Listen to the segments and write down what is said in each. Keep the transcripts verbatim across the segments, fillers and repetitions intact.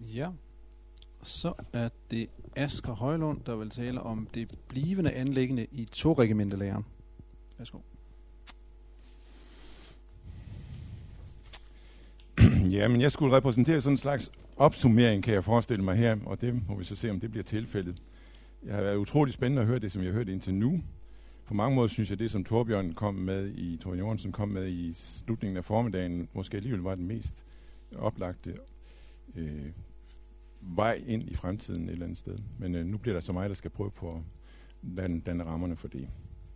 Ja, så er det Asger Højlund, der vil tale om det blivende anliggende i togregimentelæren. Værsgo. Ja, men jeg skulle repræsentere sådan en slags opsummering, kan jeg forestille mig her, og det må vi så se, om det bliver tilfældet. Jeg har været utrolig spændende at høre det, som jeg har hørt indtil nu. På mange måder synes jeg, det som Torbjørn kom med i, Torbjørn Jørgensen kom med i slutningen af formiddagen, måske alligevel var den mest oplagte øh, vej ind i fremtiden et eller andet sted. Men øh, nu bliver der så mig, der skal prøve på at danne, danne rammerne for det.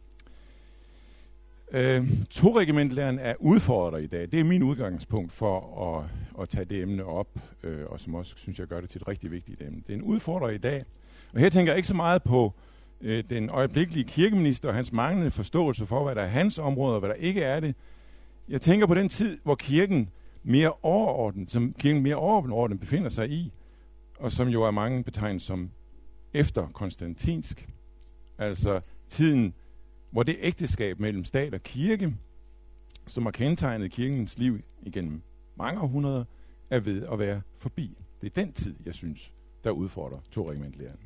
Øh, Togregimentelæren er udfordret i dag. Det er min udgangspunkt for at, at tage det emne op, øh, og som også synes jeg gør det til et rigtig vigtigt emne. Det er en udfordrer i dag, og her tænker jeg ikke så meget på øh, den øjeblikkelige kirkeminister og hans manglende forståelse for, hvad der er hans område og hvad der ikke er det. Jeg tænker på den tid, hvor kirken mere overordnet, som kirken mere overordnet befinder sig i, og som jo er mange betegnet som efter konstantinsk, altså tiden, hvor det ægteskab mellem stat og kirke, som har kendetegnet kirkens liv igennem mange århundreder, er ved at være forbi. Det er den tid, jeg synes, der udfordrer togregimentelæren.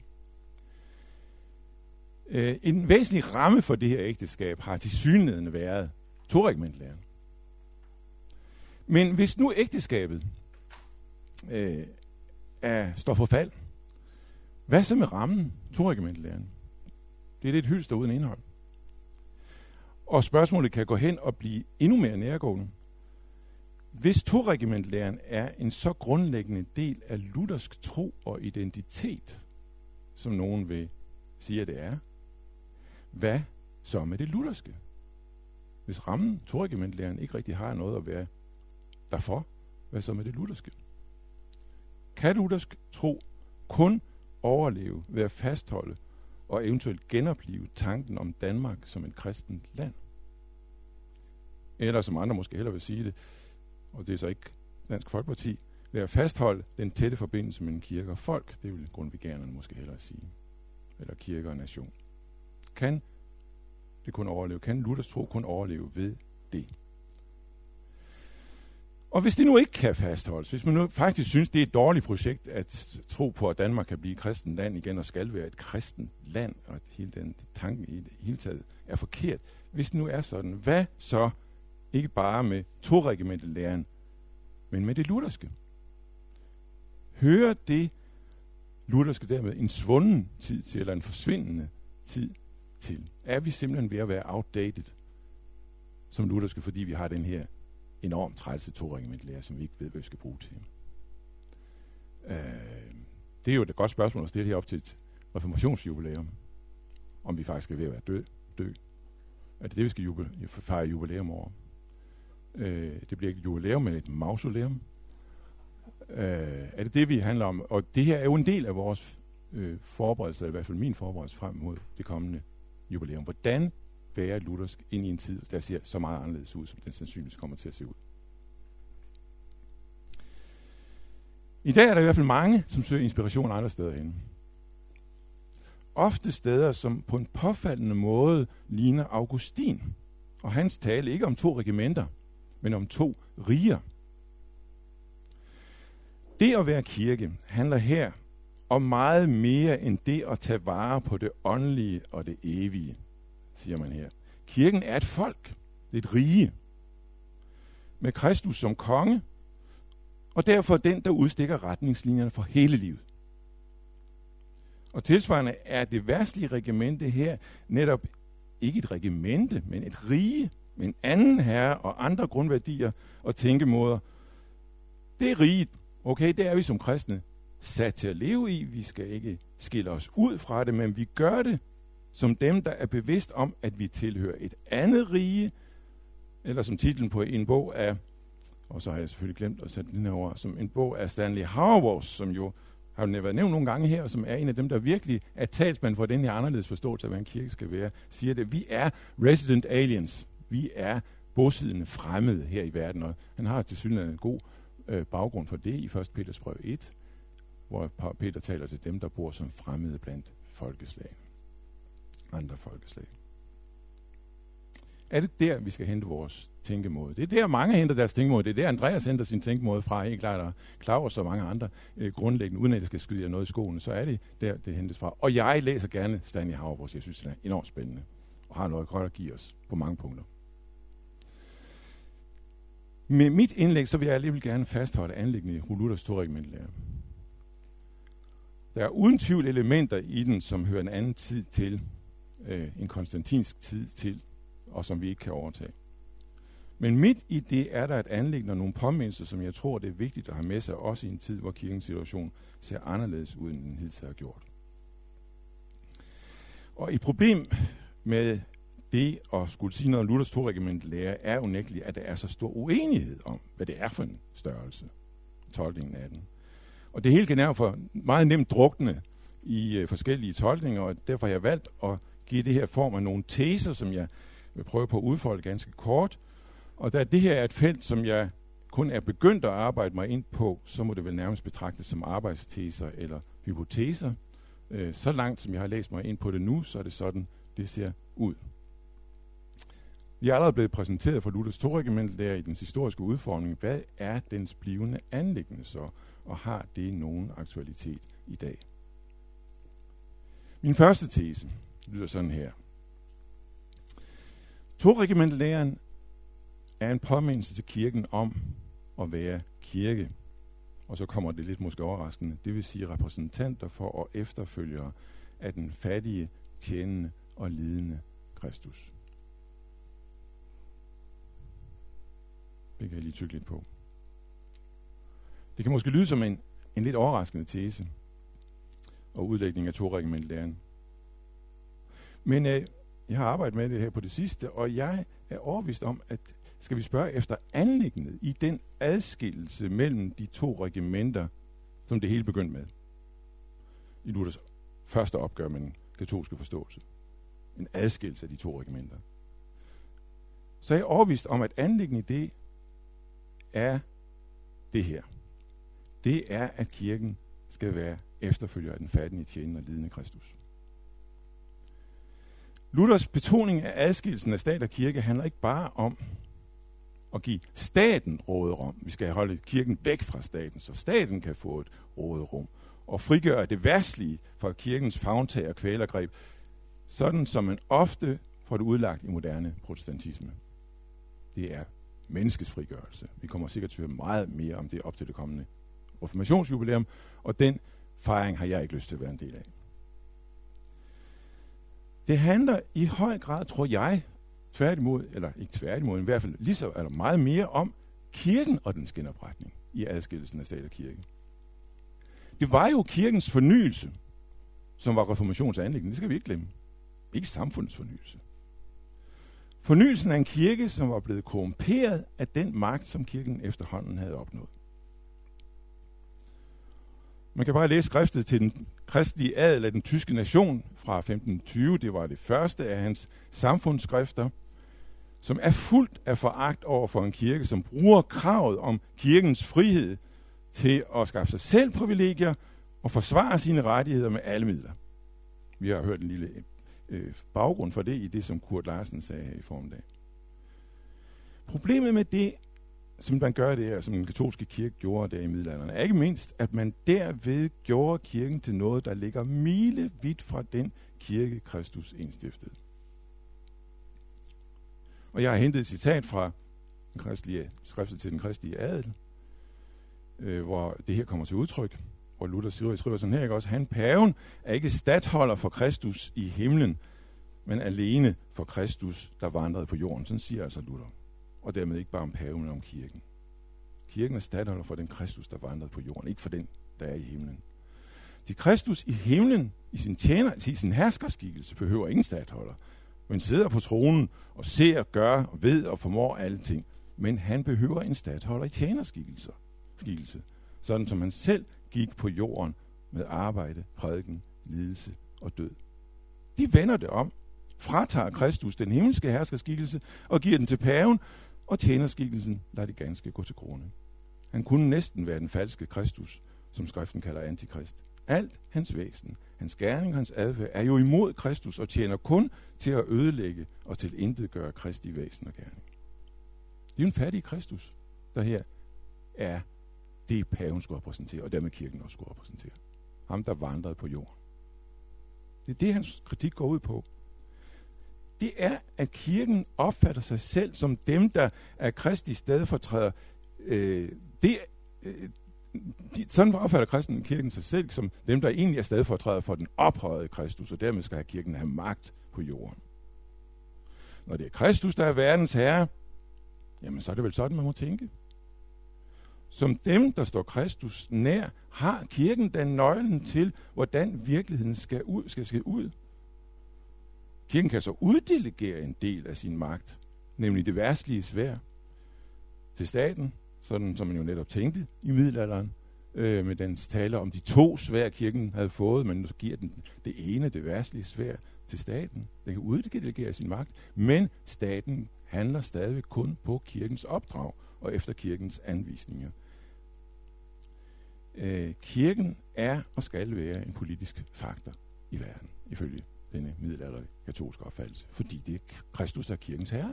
Øh, en væsentlig ramme for det her ægteskab har tilsyneladende været togregimentelæren. Men hvis nu ægteskabet øh, er, står for fald, hvad så med rammen, togregimentelæren? Det er lidt et hylster uden indhold. Og spørgsmålet kan gå hen og blive endnu mere nærgående. Hvis togregimentelæren er en så grundlæggende del af luthersk tro og identitet, som nogen vil sige, at det er, hvad så med det lutherske? Hvis rammen, togregimentelæren, ikke rigtig har noget at være derfor, hvad så med det lutherske? Kan luthersk tro kun overleve ved at fastholde og eventuelt genopleve tanken om Danmark som et kristent land? Eller som andre måske hellere vil sige det, og det er så ikke Dansk Folkeparti, ved at fastholde den tætte forbindelse mellem kirke og folk, det vil grundtvigerne måske hellere sige, eller kirke og nation. Kan det kun overleve? Kan Luthers tro kun overleve ved det? Og hvis det nu ikke kan fastholdes, hvis man nu faktisk synes, det er et dårligt projekt at tro på, at Danmark kan blive et kristent land igen, og skal være et kristent land, og at hele den tanke i det hele taget er forkert. Hvis det nu er sådan, hvad så ikke bare med togregimentelæren, men med det lutherske? Hører det lutherske dermed en svunden tid til, eller en forsvindende tid til? Er vi simpelthen ved at være outdated som lutherske, fordi vi har den her enormt trælse togregimentelære, som vi ikke ved, hvad vi skal bruge til? Øh, det er jo et godt spørgsmål at stille her op til et reformationsjubilæum, om vi faktisk er ved at være død. dø. Er det det, vi skal jubile, fejre jubilæum over? Øh, det bliver ikke et jubilæum, men et mausoleum. Øh, er det det, vi handler om? Og det her er jo en del af vores øh, forberedelse, i hvert fald min forberedelse frem mod det kommende jubilæum. Hvordan være luthersk ind i en tid, der ser så meget anderledes ud, som den sandsynligvis kommer til at se ud? I dag er der i hvert fald mange, som søger inspiration andre steder hen. Ofte steder, som på en påfaldende måde ligner Augustin, og hans tale ikke om to regimenter, men om to riger. Det at være kirke handler her om meget mere end det at tage vare på det åndelige og det evige, siger man her. Kirken er et folk, det er et rige, med Kristus som konge, og derfor den, der udstikker retningslinjerne for hele livet. Og tilsvarende er det verdslige regimente her netop ikke et regimente, men et rige med en anden herre og andre grundværdier og tænkemåder. Det er riget. Okay, det er vi som kristne sat til at leve i. Vi skal ikke skille os ud fra det, men vi gør det som dem, der er bevidst om, at vi tilhører et andet rige, eller som titlen på en bog er, og så har jeg selvfølgelig glemt at sætte den her over, som en bog af Stanley Hauerwas, som jo har været nævnt nogle gange her, og som er en af dem, der virkelig er talsmand for den her anderledes forståelse af, hvad en kirke skal være, siger det, vi er resident aliens. Vi er bosiddende fremmede her i verden, og han har tilsyneladende en god øh, baggrund for det i første Peters brev et, hvor Peter taler til dem, der bor som fremmede blandt folkeslag. Andre folkeslag. er det der, vi skal hente vores tænkemåde. Det er der, mange henter deres tænkemåde. Det er der, Andreas henter sin tænkemåde fra, helt klart, og Claus og mange andre øh, grundlæggende, uden at det skal skyde jer noget i skoene, så er det der, det hentes fra. Og jeg læser gerne Stanley Hauerwas. Jeg synes, det er enormt spændende, og har noget godt at give os på mange punkter. Med mit indlæg, så vil jeg alligevel gerne fastholde anliggende i Luthers toregimentelære. Der er uden tvivl elementer i den, som hører en anden tid til, øh, en konstantinsk tid til, og som vi ikke kan overtage. Men midt i det er der et anliggende og nogle påmindelser, som jeg tror, det er vigtigt at have med sig, også i en tid, hvor kirkens situation ser anderledes ud, end den hidtil har gjort. Og et problem med det at skulle sige noget om Luthers toregimentelære er unægteligt, at der er så stor uenighed om, hvad det er for en størrelse, tolkningen af den. Og det hele kan derfor meget nemt drukne i øh, forskellige tolkninger, og derfor har jeg valgt at give det her form af nogle teser, som jeg vil prøve på at udfolde ganske kort. Og da det her er et felt, som jeg kun er begyndt at arbejde mig ind på, så må det vel nærmest betragtes som arbejdsteser eller hypoteser. Øh, så langt som jeg har læst mig ind på det nu, så er det sådan, det ser ud. Vi er allerede blevet præsenteret for Luthers toregimentelære i dens historiske udformning. Hvad er dens blivende anliggende så, og har det nogen aktualitet i dag? Min første tese lyder sådan her. Toregimentelæren er en påmindelse til kirken om at være kirke. Og så kommer det lidt måske overraskende. Det vil sige repræsentanter for og efterfølgere af den fattige, tjenende og lidende Kristus. Det kan jeg lige tykke lidt på. Det kan måske lyde som en, en lidt overraskende tese og udlægning af toregimentelæren. Men øh, jeg har arbejdet med det her på det sidste, og jeg er overbevist om, at skal vi spørge efter anliggendet i den adskillelse mellem de to regimenter, som det hele begyndte med. I Luthers første opgør med den katolske forståelse. En adskillelse af de to regimenter. Så er jeg overbevist om, at anliggendet i det er det her. Det er, at kirken skal være efterfølger af den fattige, tjenende og lidende Kristus. Luthers betoning af adskillelsen af stat og kirke handler ikke bare om at give staten råderum. Vi skal holde kirken væk fra staten, så staten kan få et råderum. Og frigøre det verdslige fra kirkens favntag og kvælergreb, sådan som man ofte får det udlagt i moderne protestantisme. Det er menneskets frigørelse. Vi kommer sikkert til at høre meget mere om det op til det kommende reformationsjubilæum, og den fejring har jeg ikke lyst til at være en del af. Det handler i høj grad, tror jeg, tværtimod, eller ikke tværtimod, men i hvert fald lige så, eller meget mere om kirken og dens genopretning i adskillelsen af stat og kirke. Det var jo kirkens fornyelse, som var reformationsanliggende. Det skal vi ikke glemme. Ikke samfundets fornyelse. Fornyelsen af en kirke, som var blevet korrumperet af den magt, som kirken efterhånden havde opnået. Man kan bare læse skriftet til den kristelige adel af den tyske nation fra femten tyve. Det var det første af hans samfundsskrifter, som er fuldt af foragt over for en kirke, som bruger kravet om kirkens frihed til at skaffe sig selv privilegier og forsvare sine rettigheder med alle midler. Vi har hørt en lille øh, baggrund for det i det, som Kurt Larsen sagde her i formiddag. Problemet med det, som man gør det her, som den katolske kirke gjorde der i middelalderen, er ikke mindst, at man derved gjorde kirken til noget, der ligger milevidt fra den kirke, Kristus indstiftede. Og jeg har hentet et citat fra den kristelige, skriftet til den kristelige adel, øh, hvor det her kommer til udtryk, hvor Luther skriver, skriver sådan her, ikke også? Han, paven, er ikke statholder for Kristus i himlen, men alene for Kristus, der vandrede på jorden. Sådan siger altså Luther. Og dermed ikke bare om paven, men om kirken. Kirken er statholder for den Kristus, der vandrede på jorden, ikke for den, der er i himlen. De Kristus i himlen, i sin, tjener, i sin herskerskikkelse, behøver ingen statholder, men sidder på tronen og ser, gør, ved og formår alting. Men han behøver en statholder i tjenerskikkelse, skikkelse, sådan som han selv gik på jorden med arbejde, prædiken, lidelse og død. De vender det om, fratager Kristus den himmelske herskerskikkelse og giver den til paven, og tjenerskikkelsen lader det ganske gå til grunde. Han kunne næsten være den falske Kristus, som skriften kalder antikrist. Alt hans væsen, hans gerning og hans adfærd er jo imod Kristus og tjener kun til at ødelægge og til intet gøre Kristi væsen og gerning. Det er jo en fattig Kristus, der her er det, paven skulle repræsentere, og dermed kirken også skulle repræsentere. Ham, der vandrede på jorden. Det er det, hans kritik går ud på. Det er, at kirken opfatter sig selv som dem, der er Kristi stedfortræder. Øh, det, øh, de, sådan opfatter kristen kirken sig selv som dem, der egentlig er stedfortræder for den ophøjede Kristus, og dermed skal have kirken have magt på jorden. Når det er Kristus, der er verdens herre, jamen så er det vel sådan, man må tænke. Som dem, der står Kristus nær, har kirken den nøglen til, hvordan virkeligheden skal, ud, skal se ud. Kirken kan så uddelegere en del af sin magt, nemlig det verdslige svær, til staten, sådan som man jo netop tænkte i middelalderen, øh, med dens tale om de to svær, kirken havde fået, men nu giver den det ene, det verdslige svær, til staten. Den kan uddelegere sin magt, men staten handler stadig kun på kirkens opdrag og efter kirkens anvisninger. Øh, kirken er og skal være en politisk faktor i verden, ifølge denne middelalderlige katolske opfattelse, fordi det er Kristus, der er kirkens herre.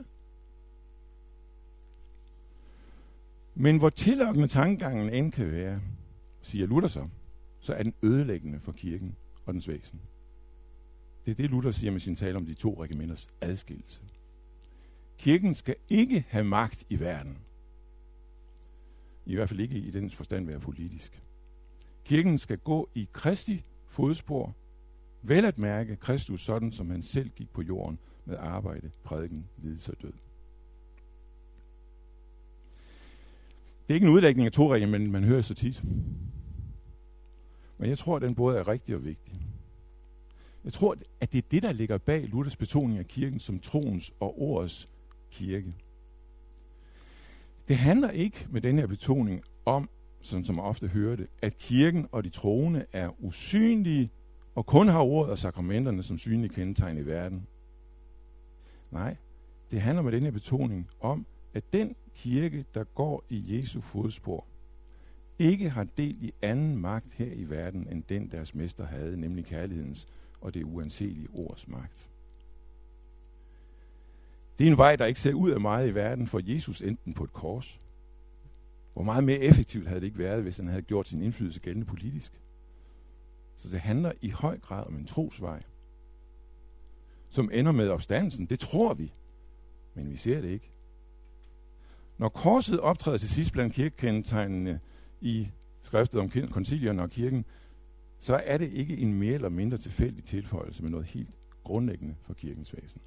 Men hvor tillokkende tankegangen end kan være, siger Luther så, så er den ødelæggende for kirken og dens væsen. Det er det, Luther siger med sin tale om de to regimenters adskillelse. Kirken skal ikke have magt i verden. I hvert fald ikke i dens forstand være politisk. Kirken skal gå i Kristi fodspor, vel at mærke Kristus sådan, som han selv gik på jorden med arbejde, prædiken, lidelse og død. Det er ikke en udlægning af to regimenter, men man hører så tit. Men jeg tror, at den både er rigtig og vigtig. Jeg tror, at det er det, der ligger bag Luthers betoning af kirken som troens og ordets kirke. Det handler ikke med den her betoning om, sådan som man ofte hører det, at kirken og de troende er usynlige og kun har ordet og sakramenterne som synlige kendetegn i verden. Nej, det handler med den her betoning om, at den kirke, der går i Jesu fodspor, ikke har del i anden magt her i verden, end den deres mester havde, nemlig kærlighedens og det uanselige ords magt. Det er en vej, der ikke ser ud af meget i verden, for Jesus enten på et kors. Hvor meget mere effektivt havde det ikke været, hvis han havde gjort sin indflydelse gældende politisk. Så det handler i høj grad om en trosvej, som ender med opstandelsen. Det tror vi, men vi ser det ikke. Når korset optræder til sidst blandt kirkekendetegnene i skriftet om koncilierne og kirken, så er det ikke en mere eller mindre tilfældig tilføjelse, men noget helt grundlæggende for kirkens væsen.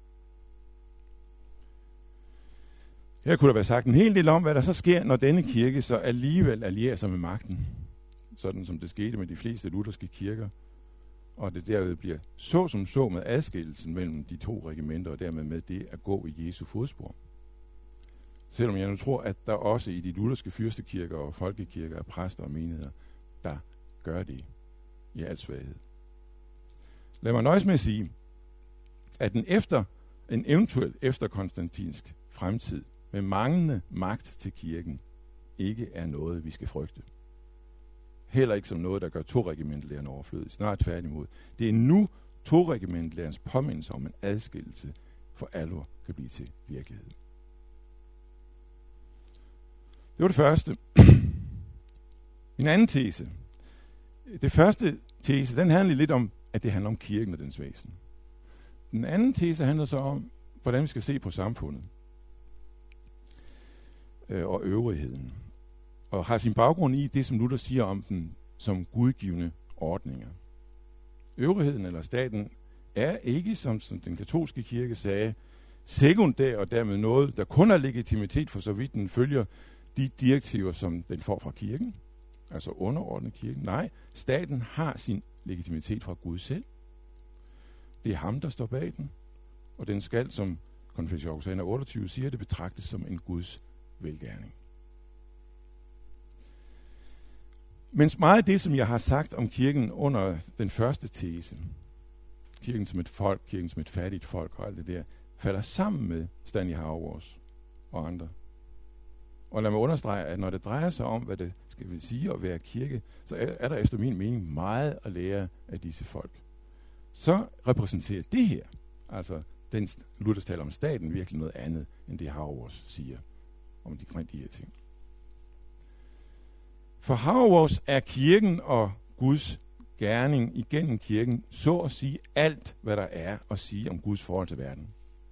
Her kunne der være sagt en hel del om, hvad der så sker, når denne kirke så alligevel allierer sig med magten, sådan som det skete med de fleste lutherske kirker, og det derved bliver så som så med adskillelsen mellem de to regimenter, og dermed med det at gå i Jesu fodspor. Selvom jeg nu tror, at der også i de lutherske fyrstekirker og folkekirker er præster og menigheder, der gør det i al svaghed. Lad mig nøjes med at sige, at en, efter, en eventuel efter konstantinsk fremtid med manglende magt til kirken ikke er noget, vi skal frygte. Heller ikke som noget, der gør to-regimentlærerne overflødige. Snart tværtimod. Det er nu to-regimentlærens påmindelse om en adskillelse for alvor kan blive til virkelighed. Det var det første. En anden tese. Det første tese, den handler lidt om, at det handler om kirken og dens væsen. Den anden tese handler så om, hvordan vi skal se på samfundet øh, og øvrigheden. Og har sin baggrund i det, som Luther siger om den som gudgivende ordninger. Øvrigheden eller staten er ikke, som, som den katolske kirke sagde, sekundær og dermed noget, der kun har legitimitet for så vidt den følger de direktiver, som den får fra kirken, altså underordnet kirken. Nej, staten har sin legitimitet fra Gud selv. Det er ham, der står bag den, og den skal, som Confessio Augustana otteogtyve siger, det betragtes som en Guds velgerning. Mens meget af det, som jeg har sagt om kirken under den første tese, kirken som et folk, kirken som et fattigt folk og alt det der, falder sammen med Stanley Hauerwas og andre, Og lad mig understrege, at når det drejer sig om, hvad det skal vi sige at være kirke, så er, er der efter min mening meget at lære af disse folk. Så repræsenterer det her, altså den Luthers taler om staten, virkelig noget andet, end det Hauerwas siger om de, de her ting. For Hauerwas er kirken og Guds gerning igennem kirken, så at sige alt, hvad der er at sige om Guds forhold til verden.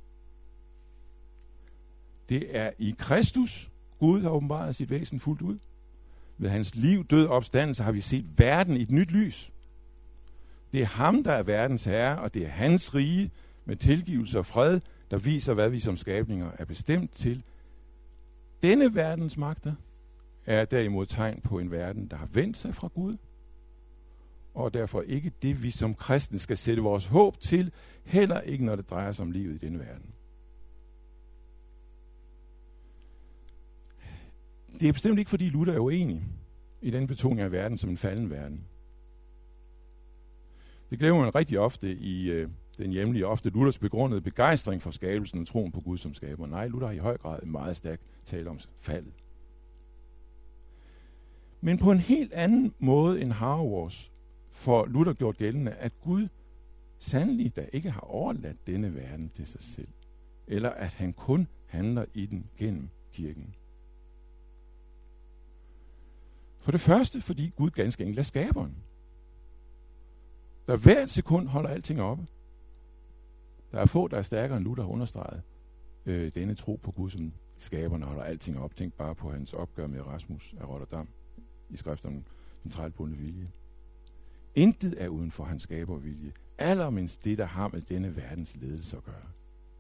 Det er i Kristus, Gud har åbenbaret sit væsen fuldt ud. Ved hans liv, død og opstandelse har vi set verden i et nyt lys. Det er ham, der er verdens herre, og det er hans rige med tilgivelse og fred, der viser, hvad vi som skabninger er bestemt til. Denne verdens magter er derimod tegn på en verden, der har vendt sig fra Gud, og derfor ikke det, vi som kristne skal sætte vores håb til, heller ikke når det drejer sig om livet i denne verden. Det er bestemt ikke, fordi Luther er uenig i den betoning af verden som en falden verden. Det glemmer man rigtig ofte i øh, den hjemlige, ofte Luthers begrundede begejstring for skabelsen og troen på Gud som skaber. Nej, Luther har i høj grad en meget stærk tale om faldet. Men på en helt anden måde end Hauerwas får Luther gjort gældende, at Gud sandelig da ikke har overladt denne verden til sig selv, eller at han kun handler i den gennem kirken. For det første, fordi Gud ganske enkelt er skaberen, der hvert sekund holder alting oppe. Der er få, der er stærkere end Luther har understreget øh, denne tro på Gud som skaberen holder alting op. Tænk bare på hans opgør med Erasmus af Rotterdam i skrift om den trælbundne vilje. Intet er uden for hans skabervilje, allermindst det, der har med denne verdens ledelse at gøre.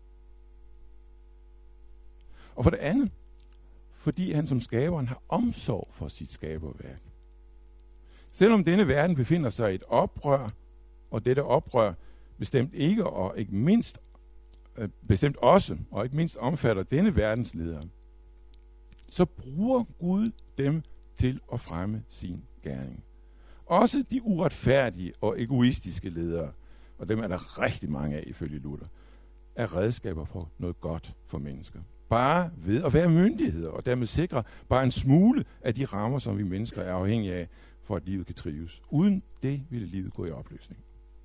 Og for det andet, fordi han som skaberen har omsorg for sit skaberværk. Selvom denne verden befinder sig i et oprør, og dette oprør bestemt ikke og ikke mindst øh, bestemt også og ikke mindst omfatter denne verdens ledere, så bruger Gud dem til at fremme sin gerning. Også de uretfærdige og egoistiske ledere, og dem er der rigtig mange af ifølge Luther, er redskaber for noget godt for mennesker. Bare ved at være myndigheder, og dermed sikre bare en smule af de rammer, som vi mennesker er afhængige af, for at livet kan trives. Uden det ville livet gå i opløsning.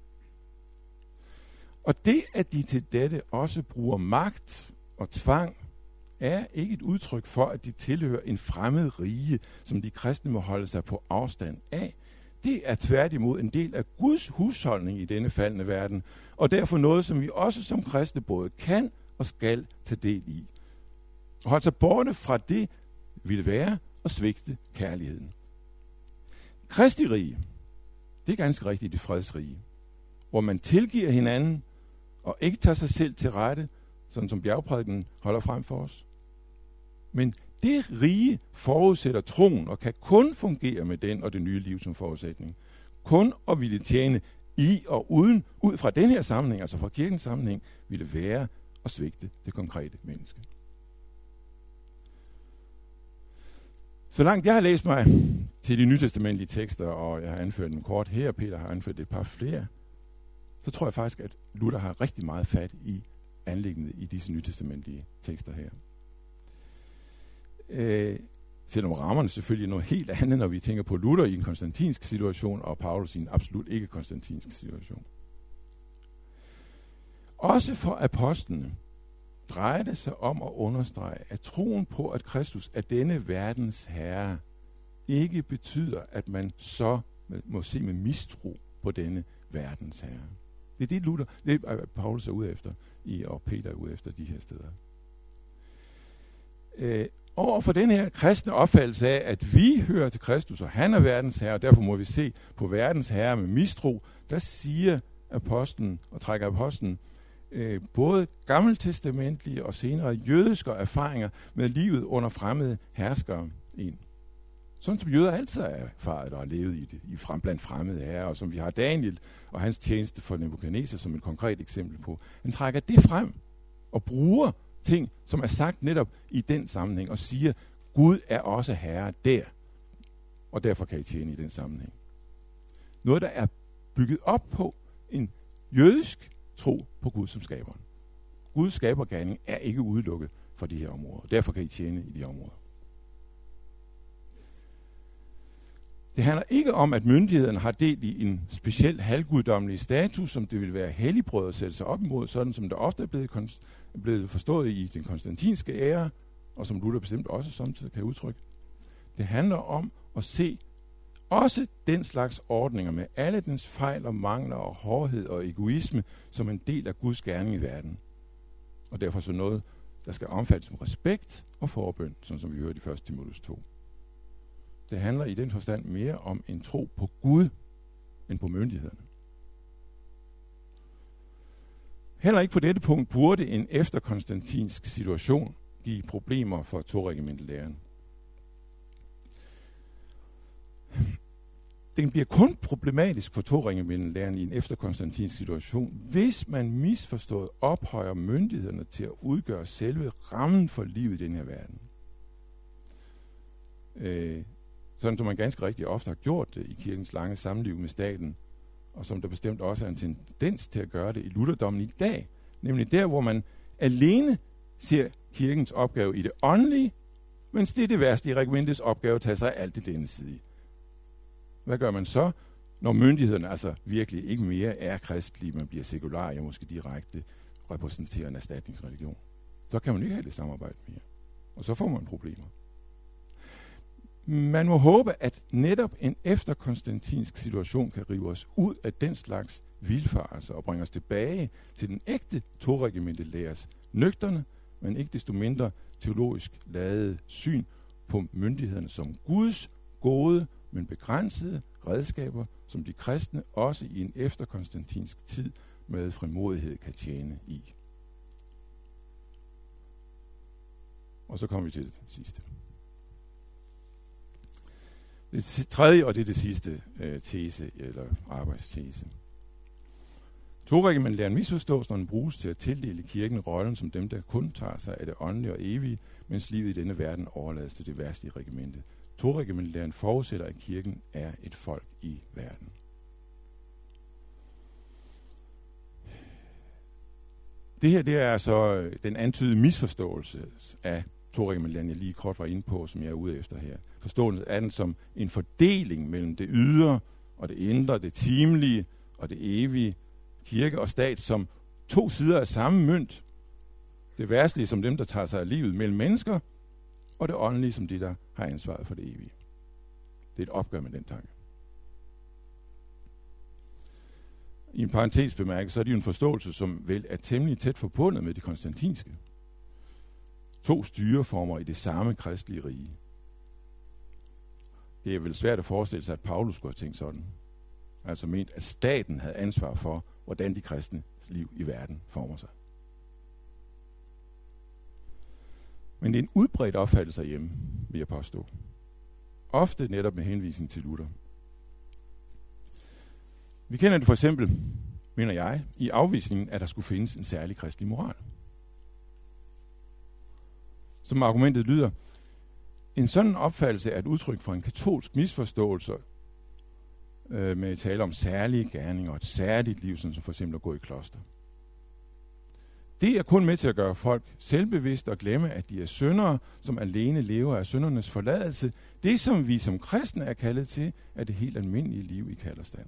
Og det, at de til dette også bruger magt og tvang, er ikke et udtryk for, at de tilhører en fremmed rige, som de kristne må holde sig på afstand af. Det er tværtimod en del af Guds husholdning i denne faldne verden, og derfor noget, som vi også som kristne både kan og skal tage del i. Og holde sig borte fra det, ville være at svigte kærligheden. Kristi rige, det er ganske rigtigt det fredsrige, hvor man tilgiver hinanden og ikke tager sig selv til rette, sådan som bjergprædiken holder frem for os. Men det rige forudsætter troen og kan kun fungere med den og det nye liv som forudsætning. Kun at ville tjene i og uden, ud fra den her sammenhæng, altså fra kirkens sammenhæng, ville være at svigte det konkrete menneske. Så langt jeg har læst mig til de nytestamentlige tekster, og jeg har anført dem kort her, Peter har anført et par flere, så tror jeg faktisk, at Luther har rigtig meget fat i anliggende i disse nytestamentlige tekster her. Øh, selvom rammerne selvfølgelig er noget helt andet, når vi tænker på Luther i en konstantinsk situation, og Paulus i en absolut ikke konstantinsk situation. Også for apostlene drejer det sig om at understrege, at troen på, at Kristus er denne verdens herre, ikke betyder, at man så må se med mistro på denne verdens herre. Det er det, Luther, det er Paulus er ude efter, i, og Peter er ude efter de her steder. Øh, over for den her kristne opfattelse af, at vi hører til Kristus, og han er verdens herre, og derfor må vi se på verdens herre med mistro, der siger apostlen, og trækker apostlen, øh, både gammeltestamentlige og senere jødiske erfaringer med livet under fremmede herskere ind. Sådan som jøder altid er erfaret og har levet i det, i frem, blandt fremmede herrer, og som vi har Daniel og hans tjeneste for Nebukadnesar som et konkret eksempel på. Han trækker det frem og bruger ting, som er sagt netop i den sammenhæng, og siger, Gud er også herre der, og derfor kan I tjene i den sammenhæng. Noget, der er bygget op på en jødisk tro på Gud som skaberen. Guds skabergerning er ikke udelukket fra de her områder, og derfor kan I tjene i de områder. Det handler ikke om, at myndighederne har delt i en speciel halvguddommelig status, som det vil være helligbrød at sætte sig op imod, sådan som der ofte er blevet, konst- blevet forstået i den konstantinske ære, og som Luther bestemt også samtidig kan udtrykke. Det handler om at se også den slags ordninger med alle dens fejl og mangler og hårdhed og egoisme som en del af Guds gerning i verden. Og derfor så noget, der skal omfattes med respekt og forbøn, sådan som vi hørte i første Timotheus to. Det handler i den forstand mere om en tro på Gud, end på myndighederne. Heller ikke på dette punkt burde en efterkonstantinsk situation give problemer for toregimentelæren. Den bliver kun problematisk for toregimentelæren i en efterkonstantinsk situation, hvis man misforstået ophøjer myndighederne til at udgøre selve rammen for livet i den her verden. Øh, sådan som man ganske rigtig ofte har gjort det i kirkens lange samliv med staten, og som der bestemt også er en tendens til at gøre det i lutherdommen i dag, nemlig der, hvor man alene ser kirkens opgave i det åndelige, mens det er det værste i regimentets opgave at tage sig af alt det denne side. Hvad gør man så, når myndighederne altså virkelig ikke mere er kristelige, man bliver sekulare, og måske direkte repræsenterer en erstatningsreligion? Så kan man ikke have det samarbejde mere, og så får man problemer. Man må håbe, at netop en efterkonstantinsk situation kan rive os ud af den slags vildfarelse og bringe os tilbage til den ægte toregimentelæres nøgterne, men ikke desto mindre teologisk ladede syn på myndighederne som Guds gode, men begrænsede redskaber, som de kristne også i en efterkonstantinsk tid med frimodighed kan tjene i. Og så kommer vi til det sidste. Det tredje, og det er det sidste øh, tese, eller arbejdstese. Toregimentelæren misforstås, når den bruges til at tildele kirken rollen som dem, der kun tager sig af det åndelige og evige, mens livet i denne verden overlades til det værste i regimentet. Toregimentelæren forudsætter, at kirken er et folk i verden. Det her, det er så den antydede misforståelse af toregimentelæren, jeg lige kort var inde på, som jeg er ude efter her. Forståelsen af den som en fordeling mellem det ydre og det indre, det timelige og det evige, kirke og stat som to sider af samme mønt. Det værste som dem, der tager sig af livet mellem mennesker, og det åndelige som de, der har ansvaret for det evige. Det er et opgør med den tanke. I en parentes bemærket, så er det jo en forståelse, som vel er temmelig tæt forbundet med det konstantinske. To styreformer i det samme kristelige rige. Det er vel svært at forestille sig, at Paulus skulle have tænkt sådan. Altså ment, at staten havde ansvar for, hvordan de kristnes liv i verden former sig. Men det er en udbredt opfattelse hjemme, vil jeg påstå. Ofte netop med henvisning til Luther. Vi kender det for eksempel, mener jeg, i afvisningen, at der skulle findes en særlig kristelig moral. Som argumentet lyder, en sådan opfattelse er et udtryk for en katolsk misforståelse øh, med tale om særlige gerninger og et særligt liv, som for eksempel at gå i kloster. Det er kun med til at gøre folk selvbevidste og glemme, at de er syndere, som alene lever af syndernes forladelse. Det, som vi som kristne er kaldet til, er det helt almindelige liv i kalderstand.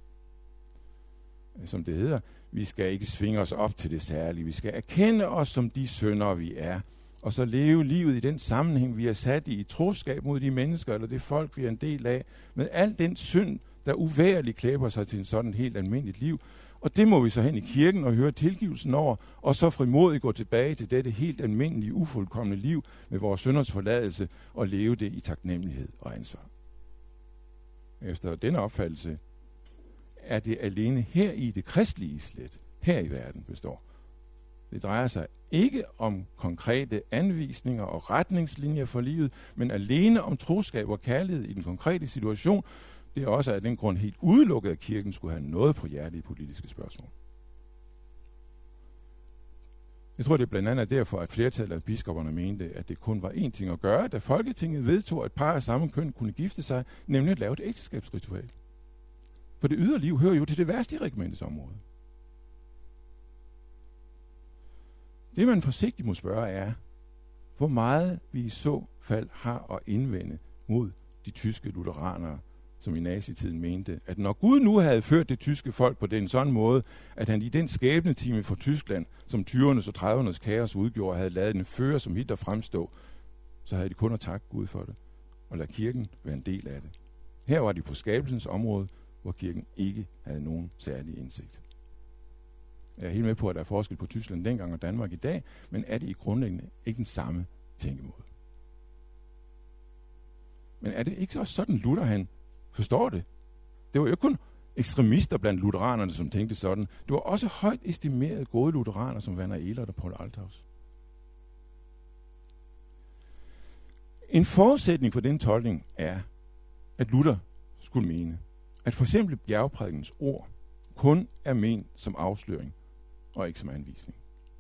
Som det hedder, vi skal ikke svinge os op til det særlige. Vi skal erkende os som de syndere, vi er, og så leve livet i den sammenhæng, vi er sat i, i troskab mod de mennesker, eller det folk, vi er en del af, med al den synd, der uværligt klæber sig til en sådan helt almindeligt liv. Og det må vi så hen i kirken og høre tilgivelsen over, og så frimodigt gå tilbage til dette helt almindelige, ufuldkomne liv med vores synders forladelse, og leve det i taknemmelighed og ansvar. Efter denne opfattelse er det alene her i det kristelige islet, her i verden består. Det drejer sig ikke om konkrete anvisninger og retningslinjer for livet, men alene om troskab og kærlighed i den konkrete situation. Det er også af den grund helt udelukket, at kirken skulle have noget på hjertet i politiske spørgsmål. Jeg tror, det er blandt andet derfor, at flertallet af biskopperne mente, at det kun var én ting at gøre, da Folketinget vedtog, at par af samme køn kunne gifte sig, nemlig at lave et ægteskabsritual. For det ydre liv hører jo til det værste i regimentets område. Det, man forsigtigt må spørge, er, hvor meget vi i så fald har at indvende mod de tyske lutheranere, som i nazitiden mente, at når Gud nu havde ført det tyske folk på den sådan måde, at han i den skæbnetime for Tyskland, som tyvernes og tredivernes kaos udgjorde, havde ladet en fører som Hitler fremstå, så havde de kun at takke Gud for det, og lade kirken være en del af det. Her var de på skabelsens område, hvor kirken ikke havde nogen særlig indsigt. Jeg er helt med på, at der er forskel på Tyskland dengang og Danmark i dag, men er det i grundlæggende ikke den samme tænkemåde. Men er det ikke også sådan, Luther han forstår det? Det var jo ikke kun ekstremister blandt lutheranerne, som tænkte sådan. Det var også højt estimerede gode lutheraner, som Werner Elert og Paul Althaus. En forudsætning for den tolkning er, at Luther skulle mene, at for eksempel bjergprædikens ord kun er ment som afsløring og ikke som anvisning.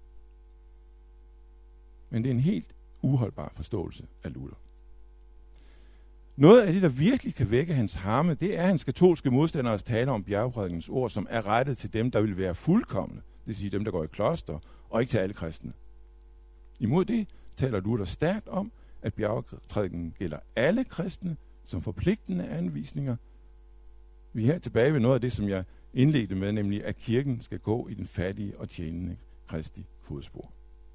Men det er en helt uholdbar forståelse af Luther. Noget af det, der virkelig kan vække hans harme, det er hans katolske modstanderes tale om bjergprædikens ord, som er rettet til dem, der vil være fuldkomne, det vil sige dem, der går i kloster, og ikke til alle kristne. Imod det taler Luther stærkt om, at bjergprædiken gælder alle kristne som forpligtende anvisninger. Vi er her tilbage ved noget af det, som jeg indledte med, nemlig at kirken skal gå i den fattige og tjenende Kristi fodspor.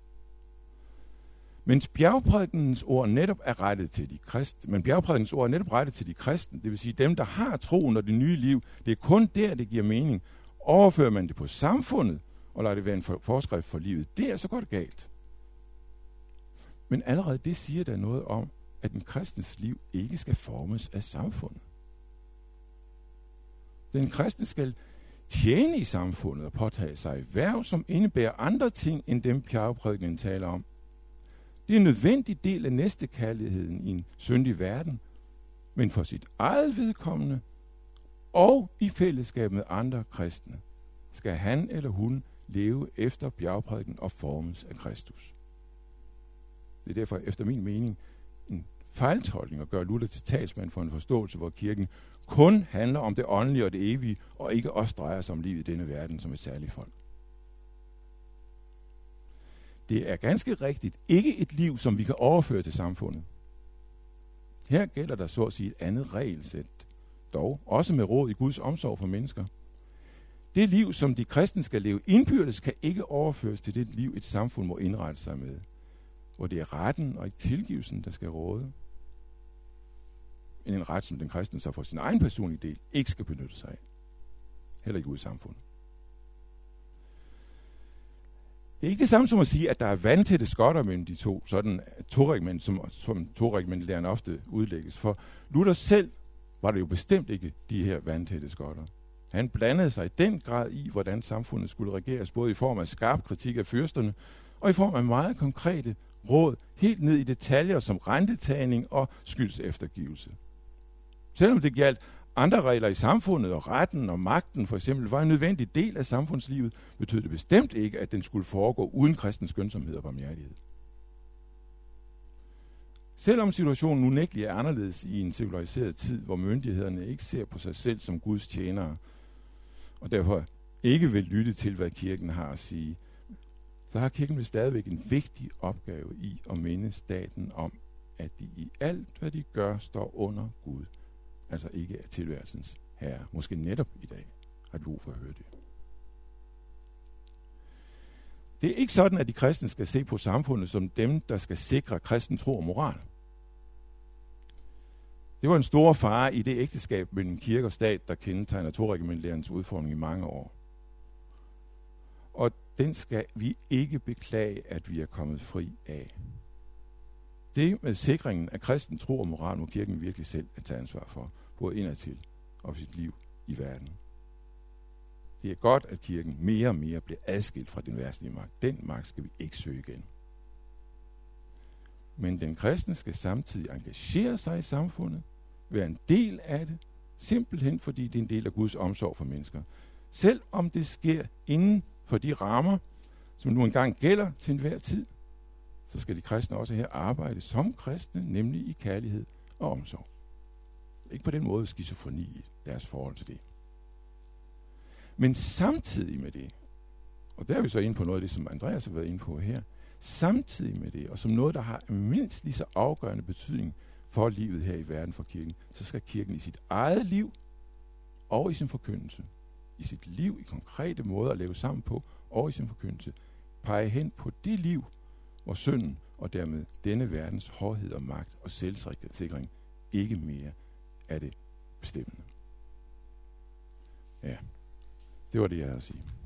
Mens bjergprædikenens ord netop er rettet til de kristne, men bjergprædikenens ord er netop rettet til de kristne, det vil sige dem, der har troen og det nye liv, det er kun der, det giver mening. Overfører man det på samfundet, og lader det være en for- forskrift for livet, det er så godt galt. Men allerede det siger der noget om, at den kristnes liv ikke skal formes af samfundet. Den kristne skal tjene i samfundet og påtage sig værv, som indebærer andre ting, end dem bjergprædikenen taler om. Det er en nødvendig del af næstekærligheden i en syndig verden, men for sit eget vedkommende og i fællesskab med andre kristne skal han eller hun leve efter bjergprædiken og formes af Kristus. Det er derfor efter min mening en fejltolkning at gøre Luther til talsmand for en forståelse, hvor kirken kun handler om det åndelige og det evige, og ikke også drejer sig om livet i denne verden som et særligt folk. Det er ganske rigtigt ikke et liv, som vi kan overføre til samfundet. Her gælder der så at sige et andet regelsæt, dog også med råd i Guds omsorg for mennesker. Det liv, som de kristne skal leve indbyrdes, kan ikke overføres til det liv, et samfund må indrette sig med, hvor det er retten og ikke tilgivelsen, der skal råde. En ret, som den kristne så for sin egen personlige del ikke skal benytte sig af. Heller ikke ude i samfundet. Det er ikke det samme som at sige, at der er vandtætte skotter mellem de to, sådan toregiment, som, som toregimentlæren ofte udlægges. For Luther selv var det jo bestemt ikke de her vandtætte skotter. Han blandede sig i den grad i, hvordan samfundet skulle regeres, både i form af skarp kritik af fyrsterne, og i form af meget konkrete råd, helt ned i detaljer som rentetagning og skyldseftergivelse. Selvom det gjaldt andre regler i samfundet, og retten og magten for eksempel var en nødvendig del af samfundslivet, betød det bestemt ikke, at den skulle foregå uden kristens skønsomhed og barmhjertighed. Selvom situationen unægteligt er anderledes i en sekulariseret tid, hvor myndighederne ikke ser på sig selv som Guds tjenere, og derfor ikke vil lytte til, hvad kirken har at sige, så har kirken vel stadigvæk en vigtig opgave i at minde staten om, at de i alt, hvad de gør, står under Gud. Altså ikke er tilværelsens herre. Måske netop i dag har du brug for at høre det. Det er ikke sådan, at de kristne skal se på samfundet som dem, der skal sikre kristen tro og moral. Det var en stor fare i det ægteskab mellem kirke og stat, der kendetegner toregimentlærens udformning i mange år. Og den skal vi ikke beklage, at vi er kommet fri af. Det med sikringen af kristen tro og moral må kirken virkelig selv at tage ansvar for, både indadtil og sit liv i verden. Det er godt, at kirken mere og mere bliver adskilt fra den verdslige magt. Den magt skal vi ikke søge igen. Men den kristne skal samtidig engagere sig i samfundet, være en del af det, simpelthen fordi det er en del af Guds omsorg for mennesker. Selv om det sker inden for de rammer, som nu engang gælder til enhver tid, så skal de kristne også her arbejde som kristne, nemlig i kærlighed og omsorg. Ikke på den måde skizofreni i deres forhold til det. Men samtidig med det, og der er vi så inde på noget af det, som Andreas har været inde på her, samtidig med det, og som noget, der har mindst lige så afgørende betydning for livet her i verden for kirken, så skal kirken i sit eget liv og i sin forkyndelse, i sit liv, i konkrete måder at leve sammen på, og i sin forkyndelse, pege hen på det liv, hvor synden og dermed denne verdens hårdhed og magt og selvsikring ikke mere er det bestemmende. Ja, det var det, jeg havde at sige.